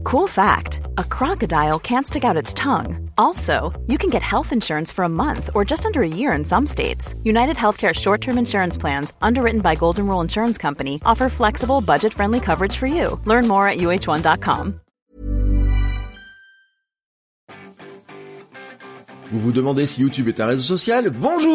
Cool fact, a crocodile can't stick out its tongue. Also, you can get health insurance for a month or just under a year in some states. United Healthcare short-term insurance plans, underwritten by Golden Rule Insurance Company, offer flexible, budget-friendly coverage for you. Learn more at uh1.com. Vous vous demandez si YouTube est un réseau social?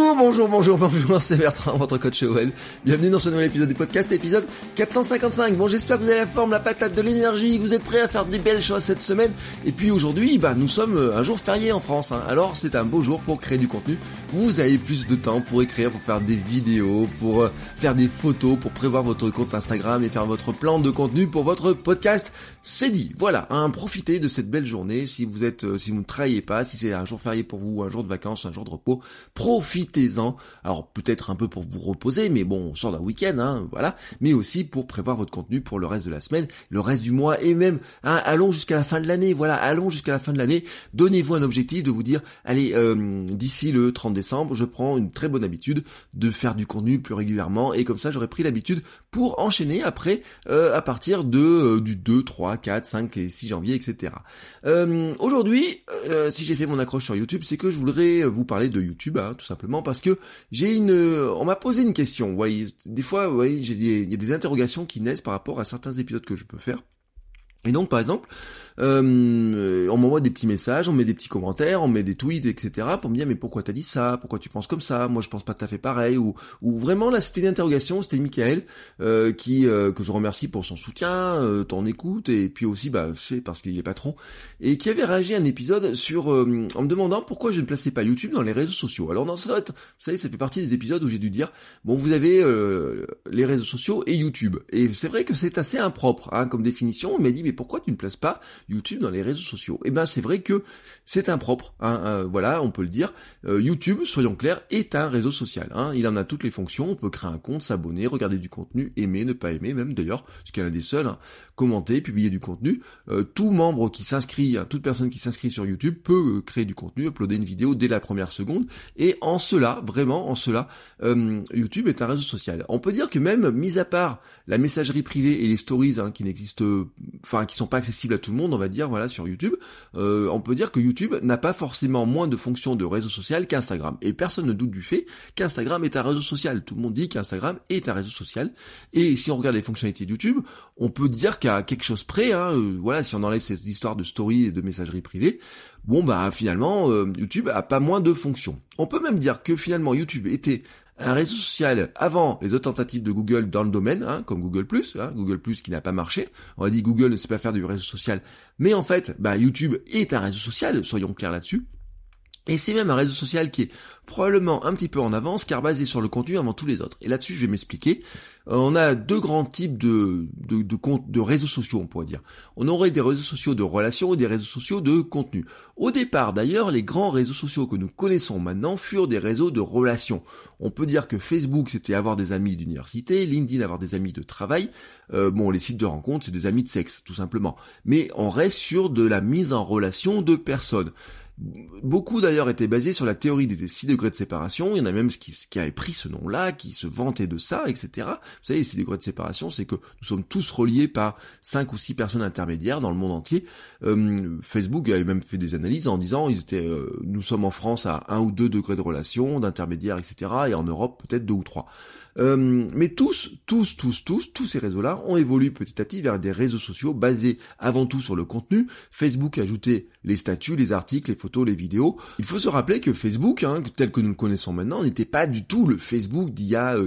Bonjour, c'est Bertrand, votre coach chez OL. Bienvenue dans ce nouvel épisode du podcast, épisode 455. Bon, j'espère que vous avez la forme, la patate, de l'énergie, que vous êtes prêts à faire des belles choses cette semaine. Et puis aujourd'hui, nous sommes un jour férié en France, hein. Alors c'est un beau jour pour créer du contenu. Vous avez plus de temps pour écrire, pour faire des vidéos, pour faire des photos, pour prévoir votre compte Instagram et faire votre plan de contenu pour votre podcast. C'est dit, voilà, hein, profitez de cette belle journée. Si vous ne travaillez pas, si c'est un jour férié pour vous, un jour de vacances, un jour de repos, profitez-en. Alors peut-être un peu pour vous reposer, mais bon, on sort d'un week-end, hein, voilà. Mais aussi pour prévoir votre contenu pour le reste de la semaine, le reste du mois et même, hein, allons jusqu'à la fin de l'année. Voilà, allons jusqu'à la fin de l'année. Donnez-vous un objectif de vous dire, allez, d'ici le 30 décembre, je prends une très bonne habitude de faire du contenu plus régulièrement et comme ça, j'aurai pris l'habitude pour enchaîner après à partir du 2, 3, 4, 5 et 6 janvier, etc. Aujourd'hui, si j'ai fait mon accroche sur YouTube, c'est que je voudrais vous parler de YouTube, hein, tout simplement parce que on m'a posé une question. Vous voyez, des fois, vous voyez, il y a des interrogations qui naissent par rapport à certains épisodes que je peux faire. Et donc, par exemple, on m'envoie des petits messages, on met des petits commentaires, on met des tweets, etc. pour me dire mais pourquoi t'as dit ça, pourquoi tu penses comme ça, moi je pense pas tout à fait pareil, ou vraiment là c'était une interrogation, c'était Michael que je remercie pour son soutien, ton écoute, et puis aussi c'est parce qu'il est patron, et qui avait réagi à un épisode sur en me demandant pourquoi je ne plaçais pas YouTube dans les réseaux sociaux. Alors non, ça vous savez, ça fait partie des épisodes où j'ai dû dire bon, vous avez les réseaux sociaux et YouTube, et c'est vrai que c'est assez impropre, hein, comme définition. On m'a dit mais pourquoi tu ne places pas YouTube dans les réseaux sociaux? Et c'est vrai que c'est impropre, hein, voilà, on peut le dire. YouTube, soyons clairs, est un réseau social, hein. Il en a toutes les fonctions. On peut créer un compte, s'abonner, regarder du contenu, aimer, ne pas aimer, même d'ailleurs, ce qu'il y en a des seuls, hein, commenter, publier du contenu. Tout membre qui s'inscrit, hein, toute personne qui s'inscrit sur YouTube peut créer du contenu, uploader une vidéo dès la première seconde. Et en cela, vraiment en cela, YouTube est un réseau social. On peut dire que même, mis à part la messagerie privée et les stories, hein, qui n'existent, enfin qui sont pas accessibles à tout le monde, on va dire, voilà, sur YouTube, on peut dire que YouTube n'a pas forcément moins de fonctions de réseau social qu'Instagram. Et personne ne doute du fait qu'Instagram est un réseau social. Tout le monde dit qu'Instagram est un réseau social. Et si on regarde les fonctionnalités de YouTube, on peut dire qu'à quelque chose près, hein, voilà, si on enlève cette histoire de story et de messagerie privée, finalement, YouTube a pas moins de fonctions. On peut même dire que finalement YouTube était un réseau social avant les autres tentatives de Google dans le domaine, hein, comme Google+, hein, Google+, qui n'a pas marché. On a dit Google ne sait pas faire du réseau social, mais en fait, YouTube est un réseau social, soyons clairs là-dessus. Et c'est même un réseau social qui est probablement un petit peu en avance, car basé sur le contenu avant tous les autres. Et là-dessus, je vais m'expliquer. On a deux grands types de réseaux sociaux, on pourrait dire. On aurait des réseaux sociaux de relations et des réseaux sociaux de contenu. Au départ, d'ailleurs, les grands réseaux sociaux que nous connaissons maintenant furent des réseaux de relations. On peut dire que Facebook, c'était avoir des amis d'université, LinkedIn, avoir des amis de travail. Les sites de rencontres, c'est des amis de sexe, tout simplement. Mais on reste sur de la mise en relation de personnes. Beaucoup d'ailleurs étaient basés sur la théorie des 6 degrés de séparation. Il y en a même qui avaient pris ce nom-là, qui se vantaient de ça, etc. Vous savez, les 6 degrés de séparation, c'est que nous sommes tous reliés par 5 ou 6 personnes intermédiaires dans le monde entier. Facebook avait même fait des analyses en disant nous sommes en France à 1 ou 2 degrés de relation, d'intermédiaires, etc. Et en Europe, peut-être 2 ou 3. Mais tous ces réseaux-là ont évolué petit à petit vers des réseaux sociaux basés avant tout sur le contenu. Facebook a ajouté les statuts, les articles, les photos, les vidéos. Il faut se rappeler que Facebook, hein, tel que nous le connaissons maintenant, n'était pas du tout le Facebook d'il y a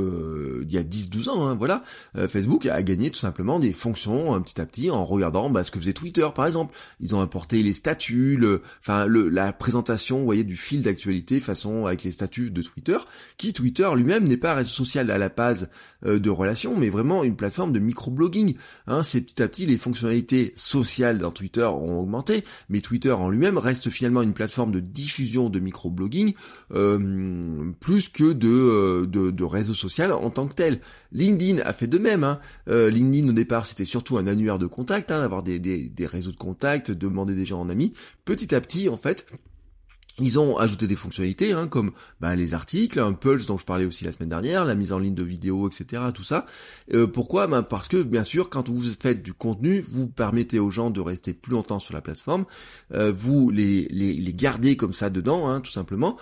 10-12 ans, hein, voilà. Facebook a gagné tout simplement des fonctions petit à petit en regardant ce que faisait Twitter, par exemple. Ils ont apporté les statuts, la présentation, vous voyez, du fil d'actualité façon avec les statuts de Twitter, qui Twitter lui-même n'est pas un réseau social à la base de relations, mais vraiment une plateforme de microblogging. Hein, c'est petit à petit les fonctionnalités sociales dans Twitter ont augmenté, mais Twitter en lui-même reste finalement une plateforme de diffusion de microblogging plus que de réseau social en tant que tel. LinkedIn a fait de même. Hein. LinkedIn au départ c'était surtout un annuaire de contacts, hein, d'avoir des réseaux de contacts, demander des gens en amis. Petit à petit en fait, Ils ont ajouté des fonctionnalités, comme les articles, un Pulse dont je parlais aussi la semaine dernière, la mise en ligne de vidéos, etc. Tout ça. Pourquoi ? Parce que bien sûr, quand vous faites du contenu, vous permettez aux gens de rester plus longtemps sur la plateforme. Vous les gardez comme ça dedans, tout simplement.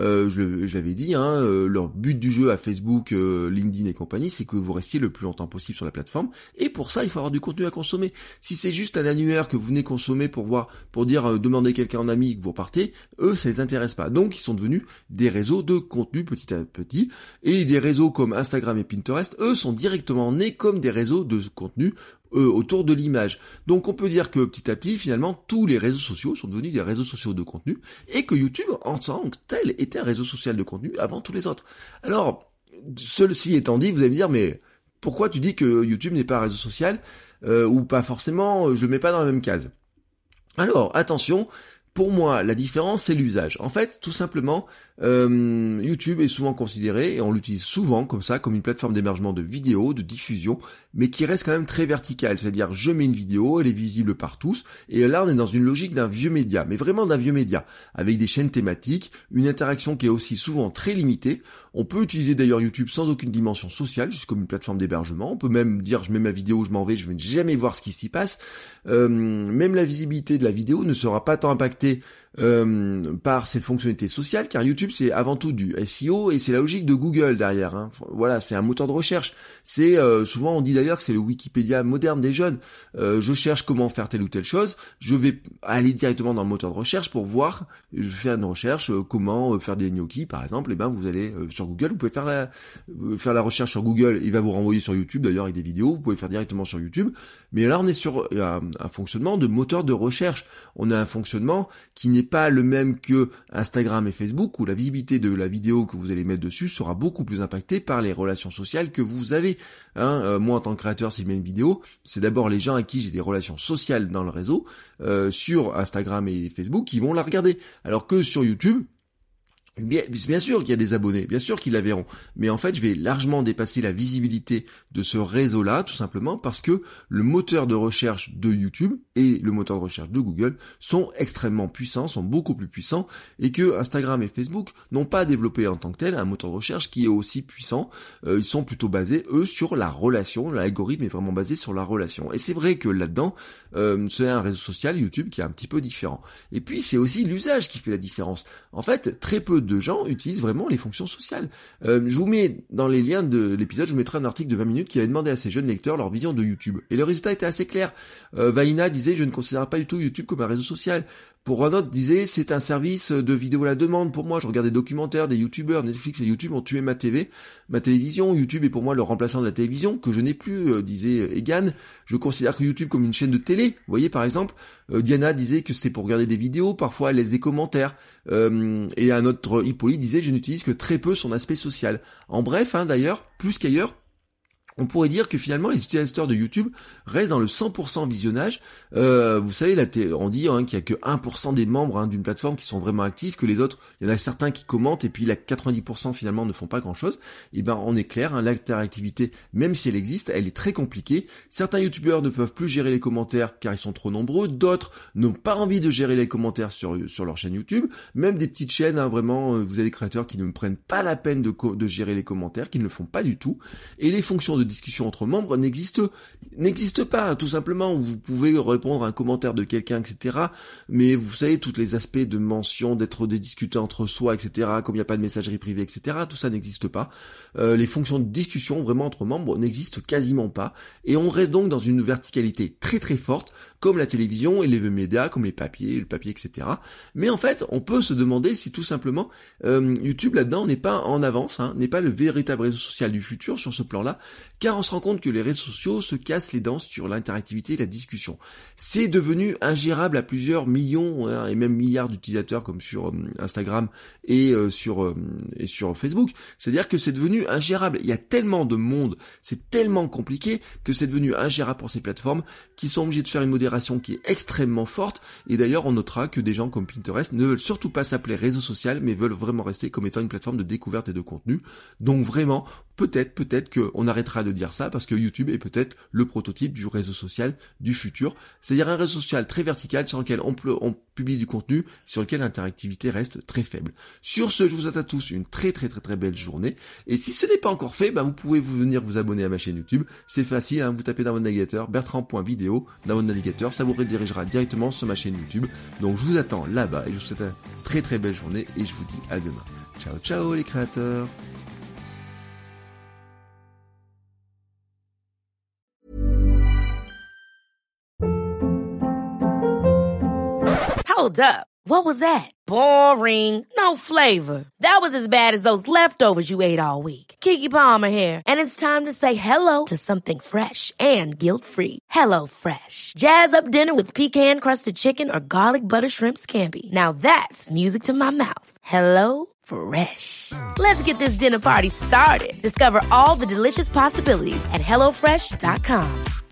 Je l'avais dit, leur but du jeu à Facebook, LinkedIn et compagnie, c'est que vous restiez le plus longtemps possible sur la plateforme. Et pour ça, il faut avoir du contenu à consommer. Si c'est juste un annuaire que vous venez consommer pour dire demander quelqu'un en ami que vous repartez, eux, ça les intéresse pas. Donc, ils sont devenus des réseaux de contenu petit à petit. Et des réseaux comme Instagram et Pinterest, eux, sont directement nés comme des réseaux de contenu autour de l'image. Donc, on peut dire que petit à petit, finalement, tous les réseaux sociaux sont devenus des réseaux sociaux de contenu et que YouTube, en tant que tel, était un réseau social de contenu avant tous les autres. Alors, ceci étant dit, vous allez me dire, mais pourquoi tu dis que YouTube n'est pas un réseau social ou pas forcément, je le mets pas dans la même case. Alors, attention, pour moi, la différence, c'est l'usage. En fait, tout simplement, YouTube est souvent considéré, et on l'utilise souvent comme ça, comme une plateforme d'hébergement de vidéos, de diffusion, mais qui reste quand même très verticale. C'est-à-dire, je mets une vidéo, elle est visible par tous, et là, on est dans une logique d'un vieux média, mais vraiment d'un vieux média, avec des chaînes thématiques, une interaction qui est aussi souvent très limitée. On peut utiliser d'ailleurs YouTube sans aucune dimension sociale, juste comme une plateforme d'hébergement. On peut même dire, je mets ma vidéo, je m'en vais, je vais jamais voir ce qui s'y passe. Même la visibilité de la vidéo ne sera pas tant impactée par cette fonctionnalité sociale, car YouTube c'est avant tout du SEO et c'est la logique de Google derrière. Voilà, c'est un moteur de recherche. C'est souvent on dit d'ailleurs que c'est le Wikipédia moderne des jeunes. Je cherche comment faire telle ou telle chose, je vais aller directement dans le moteur de recherche pour voir. Je fais une recherche comment faire des gnocchis par exemple. Et vous allez sur Google, vous pouvez faire la recherche sur Google. Il va vous renvoyer sur YouTube d'ailleurs avec des vidéos. Vous pouvez faire directement sur YouTube. Mais là on est sur un fonctionnement de moteur de recherche. On a un fonctionnement qui n'est pas le même que Instagram et Facebook, où la visibilité de la vidéo que vous allez mettre dessus sera beaucoup plus impactée par les relations sociales que vous avez. Moi, en tant que créateur, si je mets une vidéo, c'est d'abord les gens à qui j'ai des relations sociales dans le réseau, sur Instagram et Facebook, qui vont la regarder. Alors que sur YouTube, bien sûr qu'il y a des abonnés, bien sûr qu'ils la verront, mais en fait je vais largement dépasser la visibilité de ce réseau-là, tout simplement parce que le moteur de recherche de YouTube et le moteur de recherche de Google sont extrêmement puissants, sont beaucoup plus puissants, et que Instagram et Facebook n'ont pas développé en tant que tel un moteur de recherche qui est aussi puissant. Ils sont plutôt basés, eux, sur la relation. L'algorithme est vraiment basé sur la relation. Et c'est vrai que là-dedans, c'est un réseau social, YouTube, qui est un petit peu différent. Et puis c'est aussi l'usage qui fait la différence. En fait, très peu de gens utilisent vraiment les fonctions sociales. Je vous mets dans les liens de l'épisode, je vous mettrai un article de 20 minutes qui avait demandé à ces jeunes lecteurs leur vision de YouTube. Et le résultat était assez clair. Vaina disait, je ne considère pas du tout YouTube comme un réseau social. Pour un autre disait, c'est un service de vidéo à la demande. Pour moi, je regarde des documentaires, des youtubeurs, Netflix et YouTube ont tué ma télévision. YouTube est pour moi le remplaçant de la télévision, que je n'ai plus, disait Egan. Je considère que YouTube comme une chaîne de télé. Vous voyez, par exemple, Diana disait que c'était pour regarder des vidéos, parfois elle laisse des commentaires. Et un autre, Hippolyte, disait, je n'utilise que très peu son aspect social. En bref, d'ailleurs, plus qu'ailleurs, on pourrait dire que finalement les utilisateurs de YouTube restent dans le 100% visionnage. Vous savez, là, on dit qu'il y a que 1% des membres d'une plateforme qui sont vraiment actifs, que les autres, il y en a certains qui commentent et puis là 90% finalement ne font pas grand-chose. Et on est clair, l'interactivité, même si elle existe, elle est très compliquée. Certains YouTubeurs ne peuvent plus gérer les commentaires car ils sont trop nombreux. D'autres n'ont pas envie de gérer les commentaires sur leur chaîne YouTube. Même des petites chaînes, vraiment, vous avez des créateurs qui ne prennent pas la peine de gérer les commentaires, qui ne le font pas du tout. Et les fonctions de discussion entre membres n'existe pas, tout simplement. Vous pouvez répondre à un commentaire de quelqu'un, etc. Mais vous savez, tous les aspects de mention, de discuter entre soi, etc., comme il n'y a pas de messagerie privée, etc., tout ça n'existe pas. Les fonctions de discussion, vraiment, entre membres, n'existent quasiment pas. Et on reste donc dans une verticalité très très forte, comme la télévision et les médias, comme le papier, etc. Mais en fait, on peut se demander si tout simplement YouTube là-dedans n'est pas en avance, n'est pas le véritable réseau social du futur sur ce plan-là, car on se rend compte que les réseaux sociaux se cassent les dents sur l'interactivité et la discussion. C'est devenu ingérable à plusieurs millions et même milliards d'utilisateurs comme sur Instagram et sur Facebook. C'est-à-dire que c'est devenu ingérable. Il y a tellement de monde, c'est tellement compliqué que c'est devenu ingérable pour ces plateformes qui sont obligées de faire une modération qui est extrêmement forte. Et d'ailleurs, on notera que des gens comme Pinterest ne veulent surtout pas s'appeler réseau social, mais veulent vraiment rester comme étant une plateforme de découverte et de contenu. Donc vraiment, peut-être qu'on arrêtera de dire ça parce que YouTube est peut-être le prototype du réseau social du futur. C'est-à-dire un réseau social très vertical sur lequel on publie du contenu, sur lequel l'interactivité reste très faible. Sur ce, je vous souhaite à tous une très belle journée. Et si ce n'est pas encore fait, vous pouvez venir vous abonner à ma chaîne YouTube. C'est facile, vous tapez dans votre navigateur bertrand.video dans votre navigateur, ça vous redirigera directement sur ma chaîne YouTube. Donc je vous attends là-bas et je vous souhaite une très belle journée et je vous dis à demain. Ciao les créateurs. Hold up. What was that? Boring. No flavor. That was as bad as those leftovers you ate all week. Keke Palmer here, and it's time to say hello to something fresh and guilt-free. Hello Fresh. Jazz up dinner with pecan-crusted chicken or garlic butter shrimp scampi. Now that's music to my mouth. Hello Fresh. Let's get this dinner party started. Discover all the delicious possibilities at HelloFresh.com.